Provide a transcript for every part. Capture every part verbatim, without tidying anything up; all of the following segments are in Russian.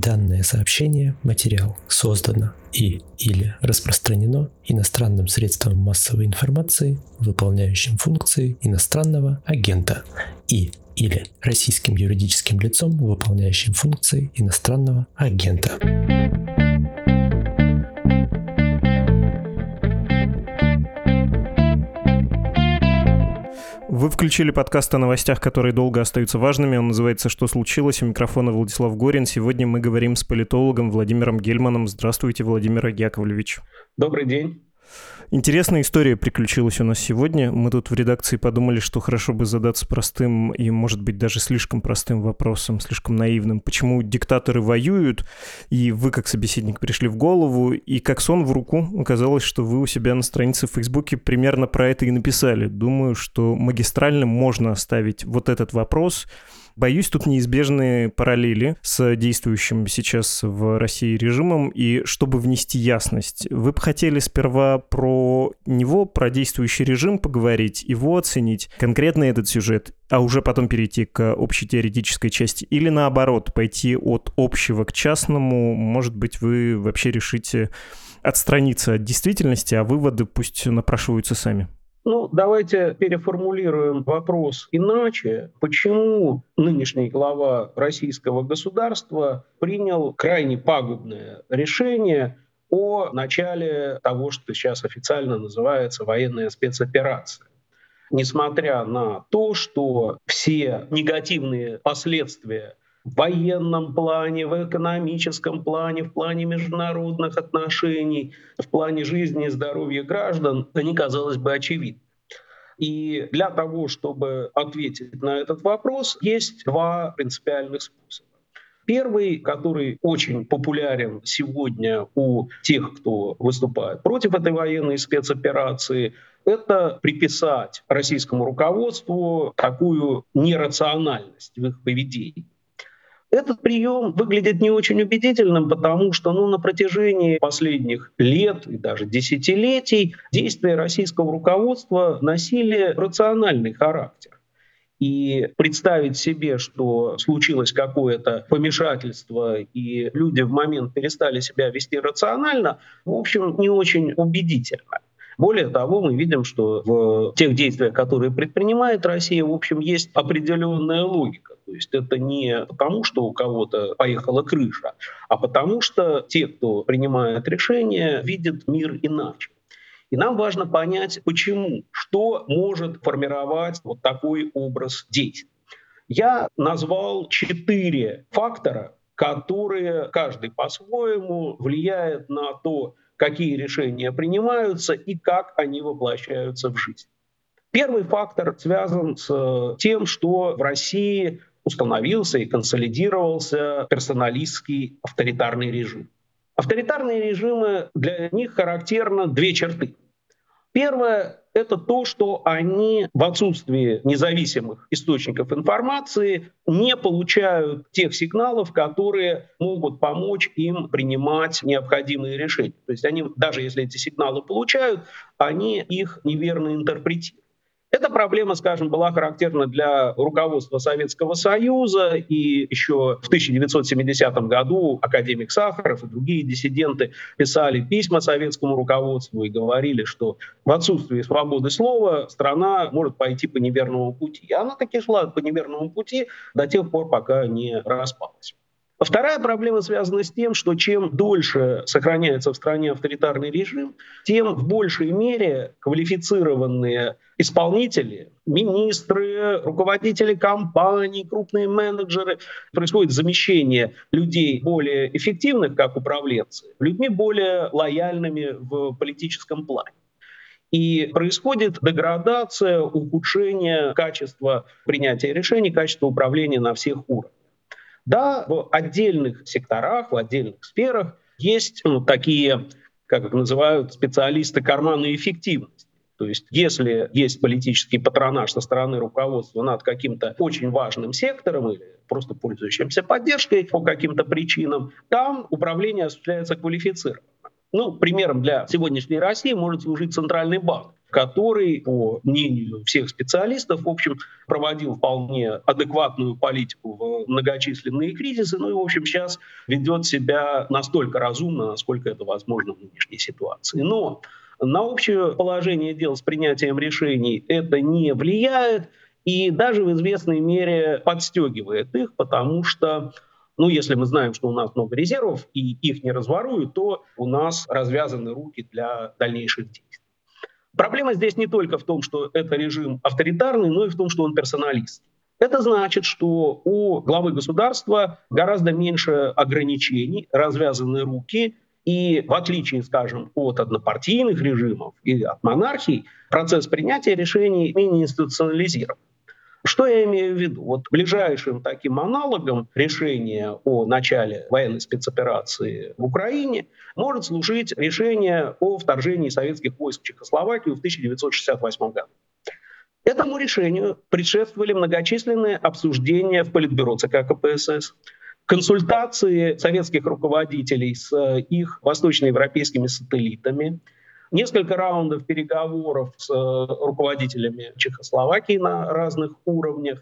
Данное сообщение, материал создано и или распространено иностранным средством массовой информации, выполняющим функции иностранного агента, и или российским юридическим лицом, выполняющим функции иностранного агента. Вы включили подкаст о новостях, которые долго остаются важными. Он называется «Что случилось?». У микрофона Владислав Горин. Сегодня мы говорим с политологом Владимиром Гельманом. Здравствуйте, Владимир Яковлевич. Добрый день. Интересная история приключилась у нас сегодня. Мы тут в редакции подумали, что хорошо бы задаться простым и, может быть, даже слишком простым вопросом, слишком наивным. Почему диктаторы воюют? И вы, как собеседник, пришли в голову, и как сон в руку оказалось, что вы у себя на странице в Фейсбуке примерно про это и написали. Думаю, что магистральным можно оставить вот этот вопрос. Боюсь, тут неизбежные параллели с действующим сейчас в России режимом, и чтобы внести ясность, вы бы хотели сперва про него, про действующий режим поговорить, его оценить, конкретно этот сюжет, а уже потом перейти к общей теоретической части, или наоборот, пойти от общего к частному, может быть, вы вообще решите отстраниться от действительности, а выводы пусть напрашиваются сами. Ну, давайте переформулируем вопрос иначе. Почему нынешний глава российского государства принял крайне пагубное решение о начале того, что сейчас официально называется военная спецоперация? Несмотря на то, что все негативные последствия в военном плане, в экономическом плане, в плане международных отношений, в плане жизни и здоровья граждан, они, казалось бы, очевидны. И для того, чтобы ответить на этот вопрос, есть два принципиальных способа. Первый, который очень популярен сегодня у тех, кто выступает против этой военной спецоперации, это приписать российскому руководству такую нерациональность в их поведении. Этот прием выглядит не очень убедительным, потому что ну, на протяжении последних лет и даже десятилетий действия российского руководства носили рациональный характер. И представить себе, что случилось какое-то помешательство, и люди в момент перестали себя вести рационально, в общем, не очень убедительно. Более того, мы видим, что в тех действиях, которые предпринимает Россия, в общем, есть определенная логика. То есть это не потому, что у кого-то поехала крыша, а потому что те, кто принимает решения, видят мир иначе. И нам важно понять, почему, что может формировать вот такой образ действий. Я назвал четыре фактора, которые каждый по-своему влияет на то, какие решения принимаются и как они воплощаются в жизнь. Первый фактор связан с тем, что в России установился и консолидировался персоналистский авторитарный режим. Авторитарные режимы, для них характерно две черты. Первое — это то, что они в отсутствии независимых источников информации не получают тех сигналов, которые могут помочь им принимать необходимые решения. То есть они, даже если эти сигналы получают, они их неверно интерпретируют. Эта проблема, скажем, была характерна для руководства Советского Союза, и еще в тысяча девятьсот семидесятом году академик Сахаров и другие диссиденты писали письма советскому руководству и говорили, что в отсутствии свободы слова страна может пойти по неверному пути. И она таки шла по неверному пути до тех пор, пока не распалась. Вторая проблема связана с тем, что чем дольше сохраняется в стране авторитарный режим, тем в большей мере квалифицированные исполнители, министры, руководители компаний, крупные менеджеры, происходит замещение людей более эффективных, как управленцы, людьми более лояльными в политическом плане. И происходит деградация, ухудшение качества принятия решений, качества управления на всех уровнях. Да, в отдельных секторах, в отдельных сферах есть ну, такие, как их называют специалисты, карманной эффективности. То есть если есть политический патронаж со стороны руководства над каким-то очень важным сектором или просто пользующимся поддержкой по каким-то причинам, там управление осуществляется квалифицированно. Ну, примером для сегодняшней России может служить Центральный банк, который, по мнению всех специалистов, в общем, проводил вполне адекватную политику в многочисленные кризисы, ну и, в общем, сейчас ведет себя настолько разумно, насколько это возможно в нынешней ситуации. Но на общее положение дел с принятием решений это не влияет и даже в известной мере подстегивает их, потому что, ну, если мы знаем, что у нас много резервов и их не разворуют, то у нас развязаны руки для дальнейших действий. Проблема здесь не только в том, что это режим авторитарный, но и в том, что он персоналист. Это значит, что у главы государства гораздо меньше ограничений, развязаны руки, и в отличие, скажем, от однопартийных режимов и от монархий, процесс принятия решений менее институционализирован. Что я имею в виду? Вот ближайшим таким аналогом решения о начале военной спецоперации в Украине может служить решение о вторжении советских войск в Чехословакию в тысяча девятьсот шестьдесят восьмом году. Этому решению предшествовали многочисленные обсуждения в Политбюро ЦК КПСС, консультации советских руководителей с их восточноевропейскими сателлитами, несколько раундов переговоров с руководителями Чехословакии на разных уровнях.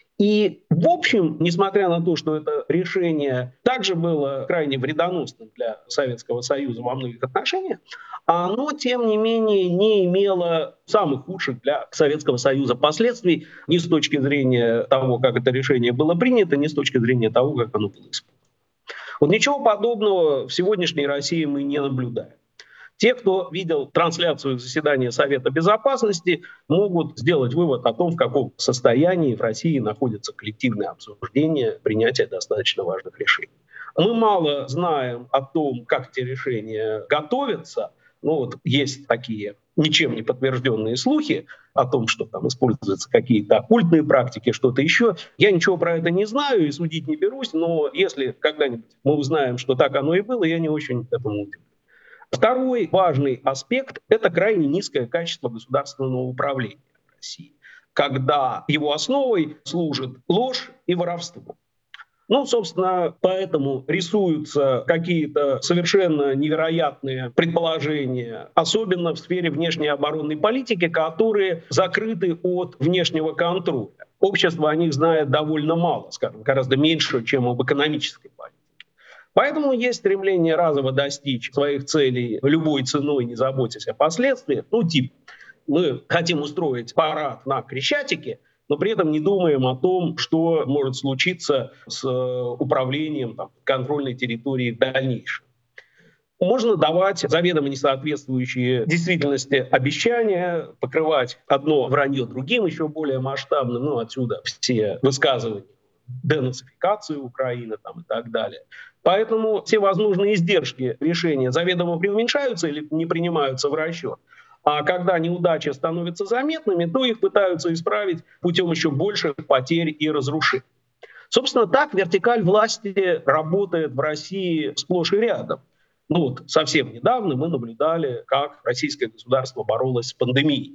И, в общем, несмотря на то, что это решение также было крайне вредоносным для Советского Союза во многих отношениях, оно, тем не менее, не имело самых худших для Советского Союза последствий ни с точки зрения того, как это решение было принято, ни с точки зрения того, как оно было исполнено. Вот ничего подобного в сегодняшней России мы не наблюдаем. Те, кто видел трансляцию заседания Совета Безопасности, могут сделать вывод о том, в каком состоянии в России находится коллективное обсуждение принятия достаточно важных решений. Мы мало знаем о том, как эти решения готовятся. Ну, вот есть такие ничем не подтвержденные слухи о том, что там используются какие-то оккультные практики, что-то еще. Я ничего про это не знаю и судить не берусь, но если когда-нибудь мы узнаем, что так оно и было, я не очень этому удивлюсь. Второй важный аспект – это крайне низкое качество государственного управления в России, когда его основой служит ложь и воровство. Ну, собственно, поэтому рисуются какие-то совершенно невероятные предположения, особенно в сфере внешней оборонной политики, которые закрыты от внешнего контроля. Общество о них знает довольно мало, скажем, гораздо меньше, чем об экономической политике. Поэтому есть стремление разово достичь своих целей любой ценой, не заботясь о последствиях. Ну, типа, мы хотим устроить парад на Крещатике, но при этом не думаем о том, что может случиться с управлением там, контрольной территории в дальнейшем. Можно давать заведомо несоответствующие действительности обещания, покрывать одно вранье другим, еще более масштабным, ну, отсюда все высказывания, денацификацию Украины там, и так далее. Поэтому все возможные издержки решения заведомо преуменьшаются или не принимаются в расчет. А когда неудачи становятся заметными, то их пытаются исправить путем еще больших потерь и разрушений. Собственно, так вертикаль власти работает в России сплошь и рядом. Ну вот совсем недавно мы наблюдали, как российское государство боролось с пандемией,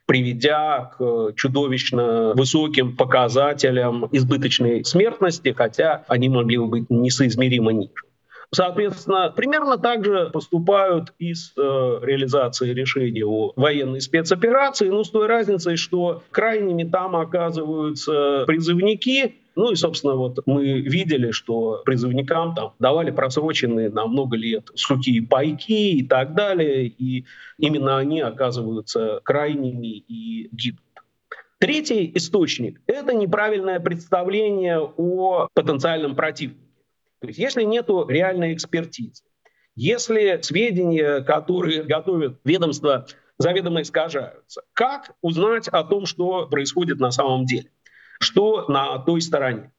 приведя к чудовищно высоким показателям избыточной смертности, хотя они могли бы быть несоизмеримо ниже. Соответственно, примерно так же поступают и с э, реализацией решения о военной спецоперации, но с той разницей, что крайними там оказываются призывники. Ну и, собственно, вот мы видели, что призывникам там давали просроченные на много лет сухие пайки и так далее, и именно они оказываются крайними и гибнут. Третий источник – это неправильное представление о потенциальном противнике. То есть если нет реальной экспертизы, если сведения, которые готовят ведомства, заведомо искажаются, как узнать о том, что происходит на самом деле, что на той стороне?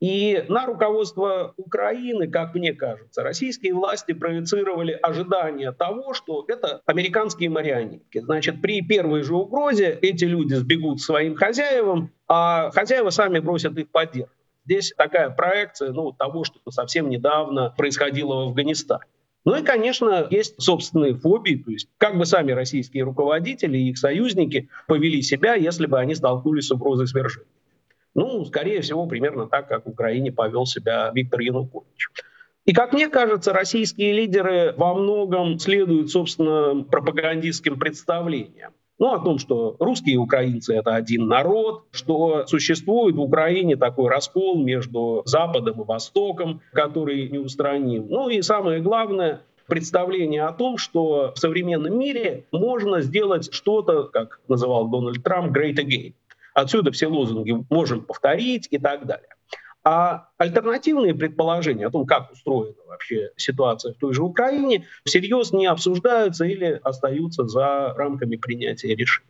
И на руководство Украины, как мне кажется, российские власти проецировали ожидания того, что это американские марионетки. Значит, при первой же угрозе эти люди сбегут своим хозяевам, а хозяева сами бросят их поддержку. Здесь такая проекция ну, того, что совсем недавно происходило в Афганистане. Ну и, конечно, есть собственные фобии, то есть как бы сами российские руководители и их союзники повели себя, если бы они столкнулись с угрозой свержения. Ну, скорее всего, примерно так, как в Украине повел себя Виктор Янукович. И, как мне кажется, российские лидеры во многом следуют, собственно, пропагандистским представлениям. Ну, о том, что русские и украинцы — это один народ, что существует в Украине такой раскол между Западом и Востоком, который неустраним. Ну и самое главное — представление о том, что в современном мире можно сделать что-то, как называл Дональд Трамп, great again. Отсюда все лозунги «можем повторить» и так далее. А альтернативные предположения о том, как устроена вообще ситуация в той же Украине, всерьез не обсуждаются или остаются за рамками принятия решений.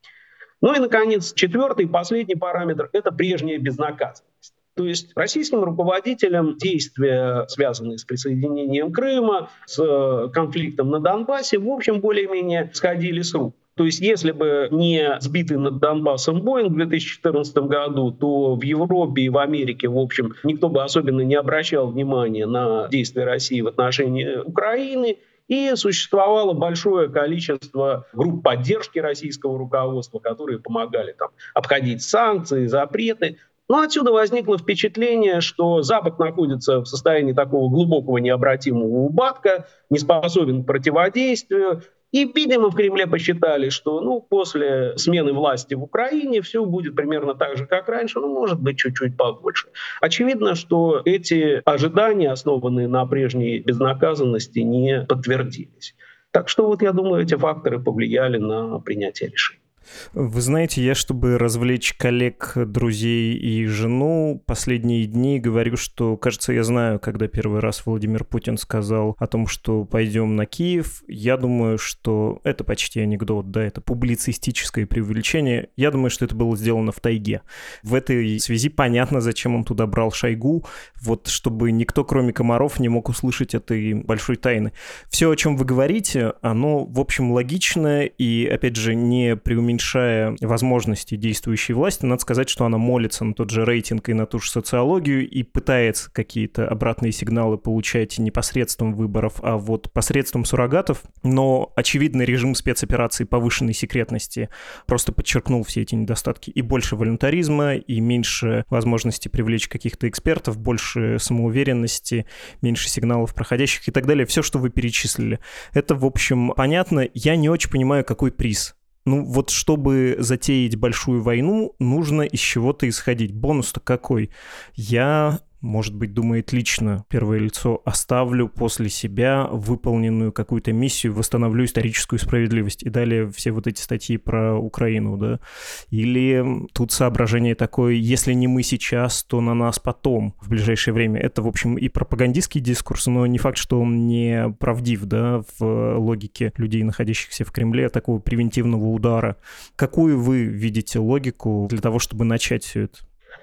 Ну и, наконец, четвертый, последний параметр — это прежняя безнаказанность. То есть российским руководителям действия, связанные с присоединением Крыма, с конфликтом на Донбассе, в общем, более-менее сходили с рук. То есть если бы не сбитый над Донбассом Боинг в две тысячи четырнадцатом году, то в Европе и в Америке, в общем, никто бы особенно не обращал внимания на действия России в отношении Украины. И существовало большое количество групп поддержки российского руководства, которые помогали там обходить санкции, запреты. Но отсюда возникло впечатление, что Запад находится в состоянии такого глубокого необратимого упадка, не способен к противодействию. И, видимо, в Кремле посчитали, что ну, после смены власти в Украине все будет примерно так же, как раньше, ну, может быть, чуть-чуть побольше. Очевидно, что эти ожидания, основанные на прежней безнаказанности, не подтвердились. Так что вот я думаю, эти факторы повлияли на принятие решений. Вы знаете, я, чтобы развлечь коллег, друзей и жену, последние дни говорю, что, кажется, я знаю, когда первый раз Владимир Путин сказал о том, что пойдем на Киев. Я думаю, что это почти анекдот, да, это публицистическое преувеличение. Я думаю, что это было сделано в тайге. В этой связи понятно, зачем он туда брал Шойгу, вот чтобы никто, кроме комаров, не мог услышать этой большой тайны. Все, о чем вы говорите, оно, в общем, логично и, опять же, не преуменьшает уменьшая возможности действующей власти, надо сказать, что она молится на тот же рейтинг и на ту же социологию и пытается какие-то обратные сигналы получать не посредством выборов, а вот посредством суррогатов. Но очевидный режим спецоперации повышенной секретности просто подчеркнул все эти недостатки. И больше волюнтаризма, и меньше возможности привлечь каких-то экспертов, больше самоуверенности, меньше сигналов проходящих и так далее. Все, что вы перечислили. Это, в общем, понятно. Я не очень понимаю, какой приз. Ну вот чтобы затеять большую войну, нужно из чего-то исходить. Бонус-то какой? Я, может быть, думает лично первое лицо, оставлю после себя выполненную какую-то миссию, восстановлю историческую справедливость. И далее все вот эти статьи про Украину, да. Или тут соображение такое, если не мы сейчас, то на нас потом, в ближайшее время. Это, в общем, и пропагандистский дискурс, но не факт, что он не правдив, да, в логике людей, находящихся в Кремле, такого превентивного удара. Какую вы видите логику для того, чтобы начать все это?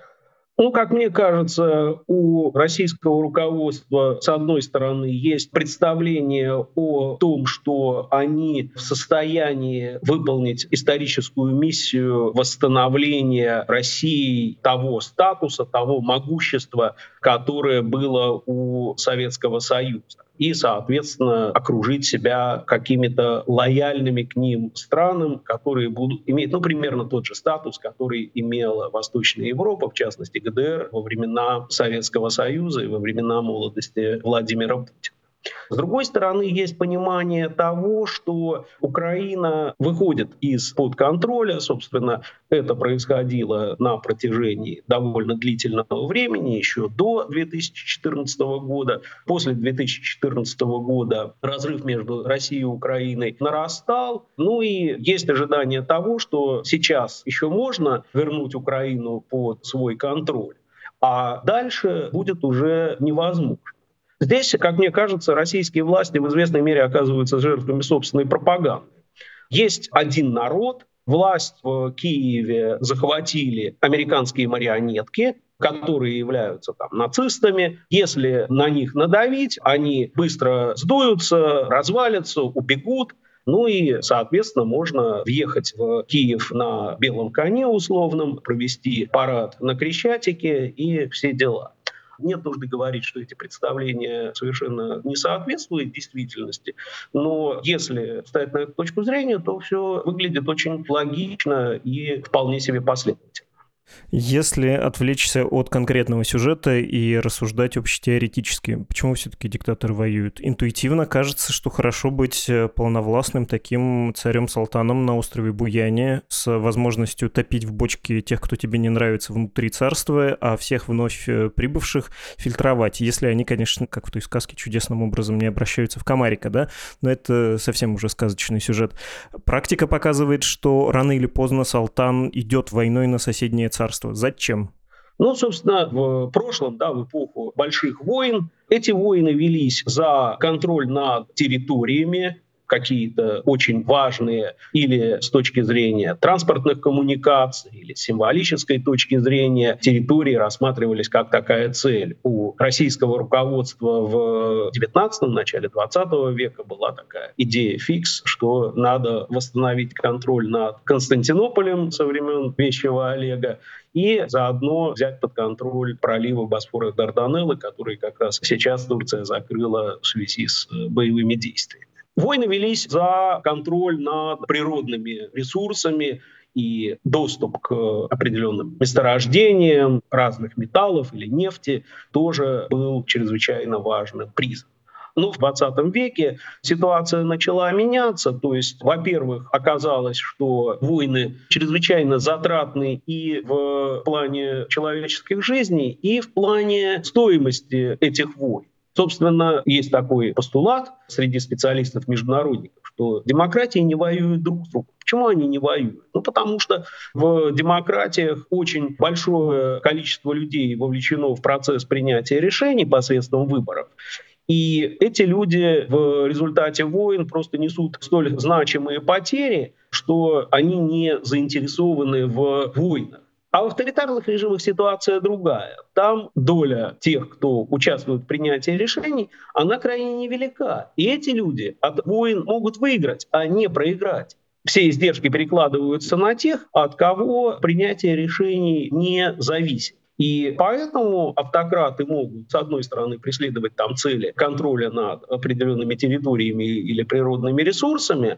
Ну, как мне кажется, у российского руководства, с одной стороны, есть представление о том, что они в состоянии выполнить историческую миссию восстановления России того статуса, того могущества, которое было у Советского Союза. И, соответственно, окружить себя какими-то лояльными к ним странами, которые будут иметь, ну, примерно тот же статус, который имела Восточная Европа, в частности ГДР, во времена Советского Союза и во времена молодости Владимира Путина. С другой стороны, есть понимание того, что Украина выходит из-под контроля. Собственно, это происходило на протяжении довольно длительного времени, еще до две тысячи четырнадцатого года. После две тысячи четырнадцатого года разрыв между Россией и Украиной нарастал. Ну и есть ожидание того, что сейчас еще можно вернуть Украину под свой контроль, а дальше будет уже невозможно. Здесь, как мне кажется, российские власти в известной мере оказываются жертвами собственной пропаганды. Есть один народ, власть в Киеве захватили американские марионетки, которые являются там нацистами. Если на них надавить, они быстро сдуются, развалятся, убегут. Ну и, соответственно, можно въехать в Киев на белом коне условном, провести парад на Крещатике и все дела. Нет нужды говорить, что эти представления совершенно не соответствуют действительности, но если ставить на эту точку зрения, то все выглядит очень логично и вполне себе последовательно. Если отвлечься от конкретного сюжета и рассуждать общетеоретически, почему все-таки диктаторы воюют? Интуитивно кажется, что хорошо быть полновластным таким царем-салтаном на острове Буяне с возможностью топить в бочке тех, кто тебе не нравится внутри царства, а всех вновь прибывших фильтровать, если они, конечно, как в той сказке, чудесным образом не обращаются в комарика, да? Но это совсем уже сказочный сюжет. Практика показывает, что рано или поздно Салтан идет войной на соседнее царство. Зачем? Ну, собственно, в прошлом, да, в эпоху больших войн, эти войны велись за контроль над территориями, какие-то очень важные или с точки зрения транспортных коммуникаций, или с символической точки зрения территории рассматривались как такая цель. У российского руководства в девятнадцатом, начале двадцатого века была такая идея фикс, что надо восстановить контроль над Константинополем со времен Вещего Олега и заодно взять под контроль проливы Босфора и Дарданеллы, которые как раз сейчас Турция закрыла в связи с боевыми действиями. Войны велись за контроль над природными ресурсами, и доступ к определенным месторождениям разных металлов или нефти тоже был чрезвычайно важным призом. Но в двадцатом веке ситуация начала меняться. То есть, во-первых, оказалось, что войны чрезвычайно затратны и в плане человеческих жизней, и в плане стоимости этих войн. Собственно, есть такой постулат среди специалистов-международников, что демократии не воюют друг с другом. Почему они не воюют? Ну, потому что в демократиях очень большое количество людей вовлечено в процесс принятия решений посредством выборов. И эти люди в результате войн просто несут столь значимые потери, что они не заинтересованы в войнах. А в авторитарных режимах ситуация другая. Там доля тех, кто участвует в принятии решений, она крайне невелика. И эти люди от войн могут выиграть, а не проиграть. Все издержки перекладываются на тех, от кого принятие решений не зависит. И поэтому автократы могут, с одной стороны, преследовать там цели контроля над определенными территориями или природными ресурсами,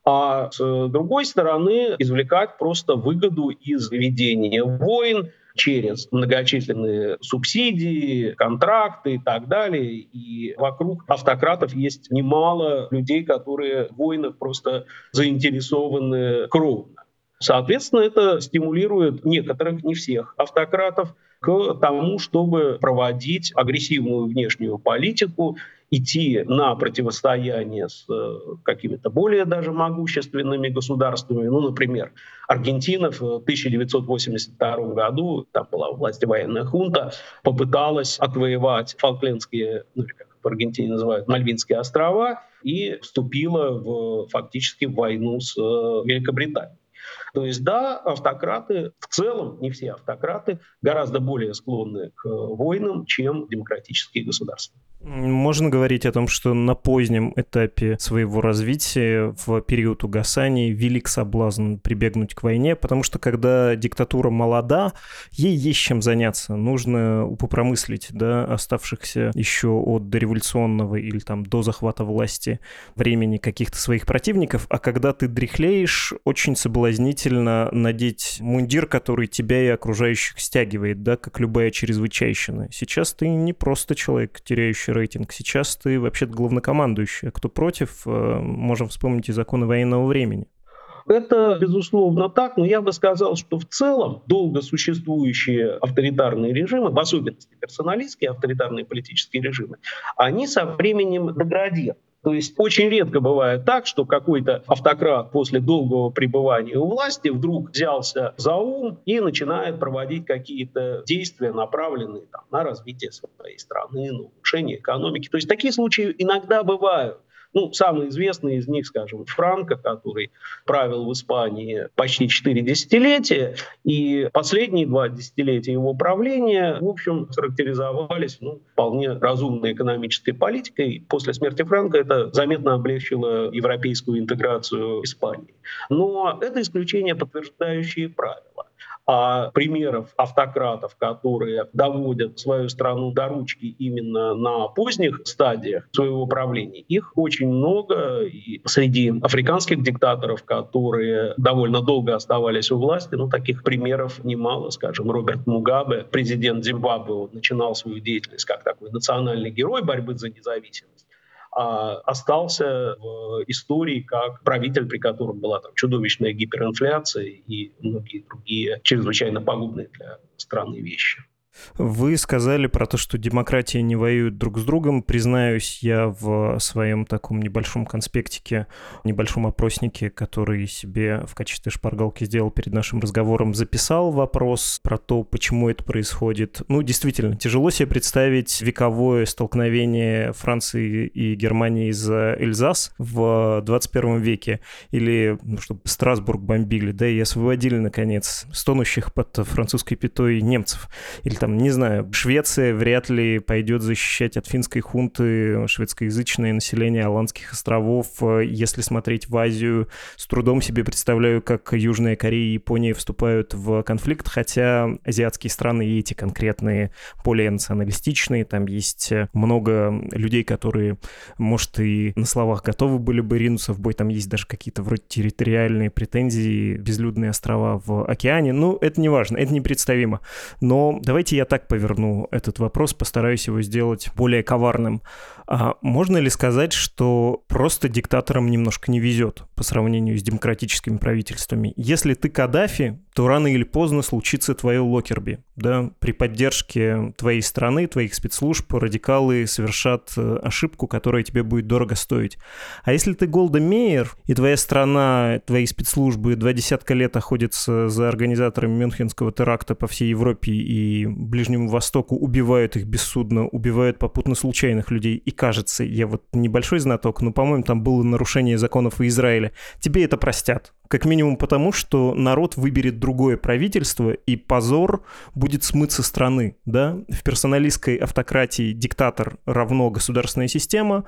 а с другой стороны извлекать просто выгоду из ведения войн через многочисленные субсидии, контракты и так далее. И вокруг автократов есть немало людей, которые в войнах просто заинтересованы кровно. Соответственно, это стимулирует некоторых, не всех автократов, к тому, чтобы проводить агрессивную внешнюю политику, идти на противостояние с какими-то более даже могущественными государствами. Ну, например, Аргентина в тысяча девятьсот восемьдесят втором году, там была у власти военная хунта, попыталась отвоевать Фолклендские, ну, или как в Аргентине называют, Мальвинские острова, и вступила в, фактически в войну с Великобританией. То есть, да, автократы, в целом, не все автократы, гораздо более склонны к войнам, чем демократические государства. Можно говорить о том, что на позднем этапе своего развития, в период угасания, велик соблазн прибегнуть к войне, потому что когда диктатура молода, ей есть чем заняться. Нужно попромыслить, да, оставшихся еще от дореволюционного или там до захвата власти времени каких-то своих противников, а когда ты дряхлеешь, очень соблазнительно надеть мундир, который тебя и окружающих стягивает, да, как любая чрезвычайщина. Сейчас ты не просто человек, теряющий рейтинг. Сейчас ты вообще-то главнокомандующий. А кто против, можем вспомнить и законы военного времени. Это, безусловно, так, но я бы сказал, что в целом долго существующие авторитарные режимы, в особенности персоналистские авторитарные политические режимы, они со временем деградируют. То есть очень редко бывает так, что какой-то автократ после долгого пребывания у власти вдруг взялся за ум и начинает проводить какие-то действия, направленные там, на развитие своей страны, на улучшение экономики. То есть такие случаи иногда бывают. Ну, самый известный из них, скажем, Франко, который правил в Испании почти четыре десятилетия, и последние два десятилетия его правления, в общем, характеризовались ну, вполне разумной экономической политикой. После смерти Франко это заметно облегчило европейскую интеграцию Испании. Но это исключение, подтверждающие правила. А примеров автократов, которые доводят свою страну до ручки именно на поздних стадиях своего правления, их очень много. И среди африканских диктаторов, которые довольно долго оставались у власти, ну, таких примеров немало. Скажем, Роберт Мугабе, президент Зимбабве, он начинал свою деятельность как такой национальный герой борьбы за независимость, а остался в истории как правитель, при котором была там чудовищная гиперинфляция и многие другие чрезвычайно пагубные для страны вещи. Вы сказали про то, что демократии не воюют друг с другом. Признаюсь, я в своем таком небольшом конспектике, небольшом опроснике, который себе в качестве шпаргалки сделал перед нашим разговором, записал вопрос про то, почему это происходит. Ну, действительно, тяжело себе представить вековое столкновение Франции и Германии за Эльзас в двадцать первом веке. Или, ну, чтобы Страсбург бомбили, да, и освободили, наконец, стонущих под французской пятой немцев. Или там, не знаю, Швеция вряд ли пойдет защищать от финской хунты шведскоязычное население Аландских островов. Если смотреть в Азию, с трудом себе представляю, как Южная Корея и Япония вступают в конфликт, хотя азиатские страны и эти конкретные более националистичные, там есть много людей, которые, может, и на словах готовы были бы ринуться в бой, там есть даже какие-то вроде территориальные претензии, безлюдные острова в океане, ну, это не важно, это непредставимо. Но давайте я так поверну этот вопрос, постараюсь его сделать более коварным. А можно ли сказать, что просто диктаторам немножко не везет по сравнению с демократическими правительствами? Если ты Каддафи, то рано или поздно случится твое Локерби. Да? При поддержке твоей страны, твоих спецслужб радикалы совершат ошибку, которая тебе будет дорого стоить. А если ты Голда Меир, и твоя страна, твои спецслужбы два десятка лет охотятся за организаторами Мюнхенского теракта по всей Европе и Ближнему Востоку, убивают их бессудно, убивают попутно случайных людей, и кажется, я вот небольшой знаток, но, по-моему, там было нарушение законов в Израиле, тебе это простят. Как минимум потому, что народ выберет другое правительство, и позор будет смыт со страны. Да? В персоналистской автократии диктатор равно государственная система.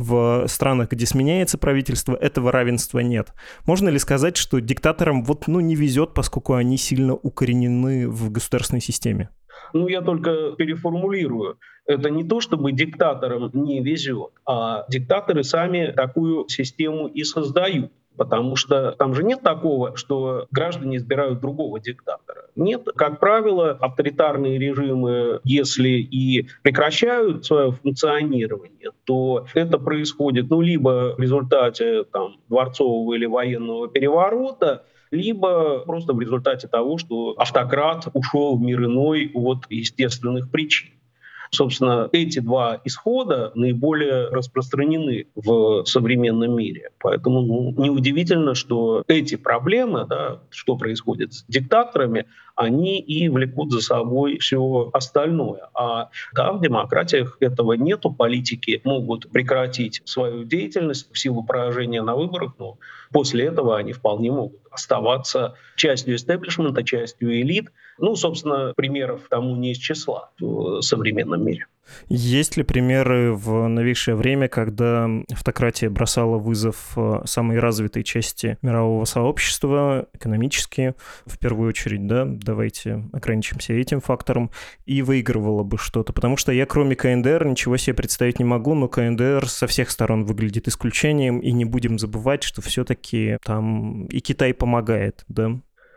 В странах, где сменяется правительство, этого равенства нет. Можно ли сказать, что диктаторам вот, ну, не везет, поскольку они сильно укоренены в государственной системе? Ну, я только переформулирую. Это не то, чтобы диктаторам не везет, а диктаторы сами такую систему и создают. Потому что там же нет такого, что граждане избирают другого диктатора. Нет. Как правило, авторитарные режимы, если и прекращают свое функционирование, то это происходит, ну, либо в результате там, дворцового или военного переворота, либо просто в результате того, что автократ ушел в мир иной от естественных причин. Собственно, эти два исхода наиболее распространены в современном мире. Поэтому ну, неудивительно, что эти проблемы, да, что происходит с диктаторами, они и влекут за собой все остальное. А да, в демократиях этого нету. Политики могут прекратить свою деятельность в силу поражения на выборах, но после этого они вполне могут оставаться частью истеблишмента, частью элит. Ну, собственно, примеров тому не из числа в современном мире. Есть ли примеры в новейшее время, когда автократия бросала вызов самой развитой части мирового сообщества, экономически, в первую очередь, да, давайте ограничимся этим фактором, и выигрывала бы что-то? Потому что я, кроме КНДР, ничего себе представить не могу, но КНДР со всех сторон выглядит исключением, и не будем забывать, что все-таки там и Китай помогает, да?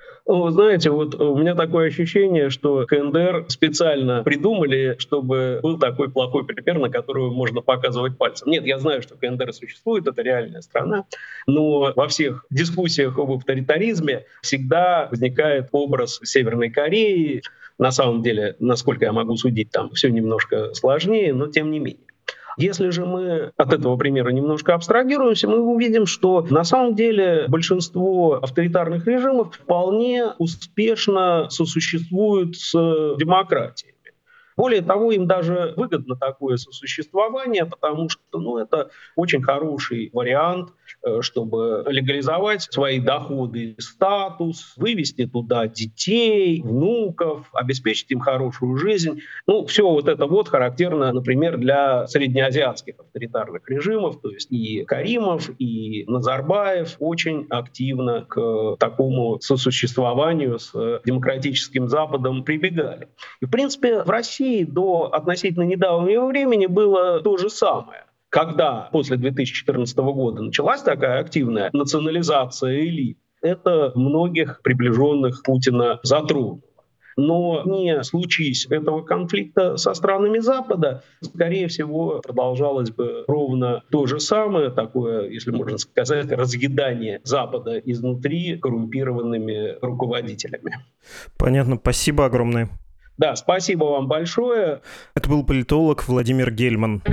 Вы знаете, вот у меня такое ощущение, что КНДР специально придумали, чтобы был такой плохой пример, на которого можно показывать пальцем. Нет, я знаю, что КНДР существует, это реальная страна, но во всех дискуссиях об авторитаризме всегда возникает образ Северной Кореи. На самом деле, насколько я могу судить, там все немножко сложнее, но тем не менее. Если же мы от этого примера немножко абстрагируемся, мы увидим, что на самом деле большинство авторитарных режимов вполне успешно сосуществуют с демократией. Более того, им даже выгодно такое сосуществование, потому что ну, это очень хороший вариант, чтобы легализовать свои доходы и статус, вывести туда детей, внуков, обеспечить им хорошую жизнь. Ну, все вот это вот характерно, например, для среднеазиатских авторитарных режимов, то есть и Каримов, и Назарбаев очень активно к такому сосуществованию с демократическим Западом прибегали. И, в принципе, в России до относительно недавнего времени было то же самое. Когда после две тысячи четырнадцатого года началась такая активная национализация элит, это многих приближенных Путина затронуло. Но не случись этого конфликта со странами Запада, скорее всего, продолжалось бы ровно то же самое, такое, если можно сказать, разъедание Запада изнутри коррумпированными руководителями. Понятно, спасибо огромное. Да, спасибо вам большое. Это был политолог Владимир Гельман.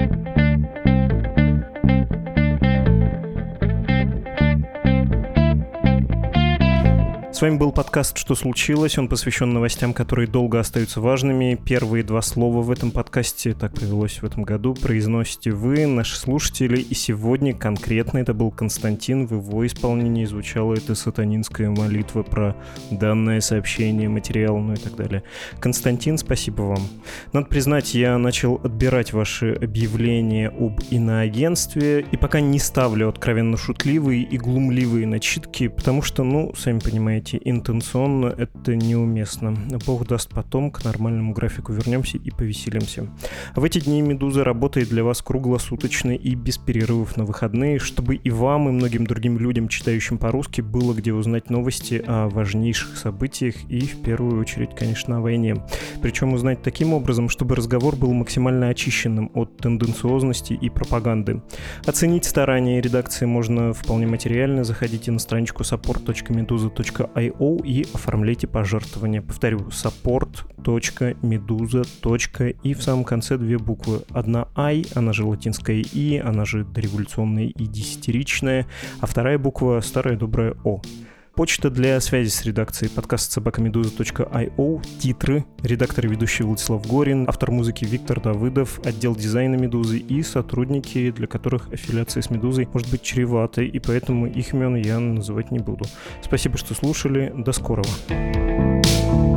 С вами был подкаст «Что случилось?». Он посвящен новостям, которые долго остаются важными. Первые два слова в этом подкасте, так повелось в этом году, произносите вы, наши слушатели. И сегодня конкретно это был Константин. В его исполнении звучала эта сатанинская молитва про данное сообщение, материал, ну и так далее. Константин, спасибо вам. Надо признать, я начал отбирать ваши объявления об иноагентстве и пока не ставлю откровенно шутливые и глумливые начитки, потому что, ну, сами понимаете, интенционно это неуместно. Бог даст, потом к нормальному графику вернемся и повеселимся. В эти дни «Медуза» работает для вас круглосуточно и без перерывов на выходные, чтобы и вам, и многим другим людям, читающим по-русски, было где узнать новости о важнейших событиях и, в первую очередь, конечно, о войне. Причем узнать таким образом, чтобы разговор был максимально очищенным от тенденциозности и пропаганды. Оценить старания редакции можно вполне материально. Заходите на страничку support точка meduza точка io и оформляйте пожертвования. Повторю, support точка meduza точка и в самом конце две буквы. Одна I, она же латинская И, она же дореволюционная и десятиричная, а вторая буква старая добрая О. Почта для связи с редакцией: подкаст собака медуза точка io, титры, редактор и ведущий Владислав Горин, автор музыки Виктор Давыдов, отдел дизайна «Медузы» и сотрудники, для которых аффилиация с «Медузой» может быть чреватой, и поэтому их имен я называть не буду. Спасибо, что слушали. До скорого.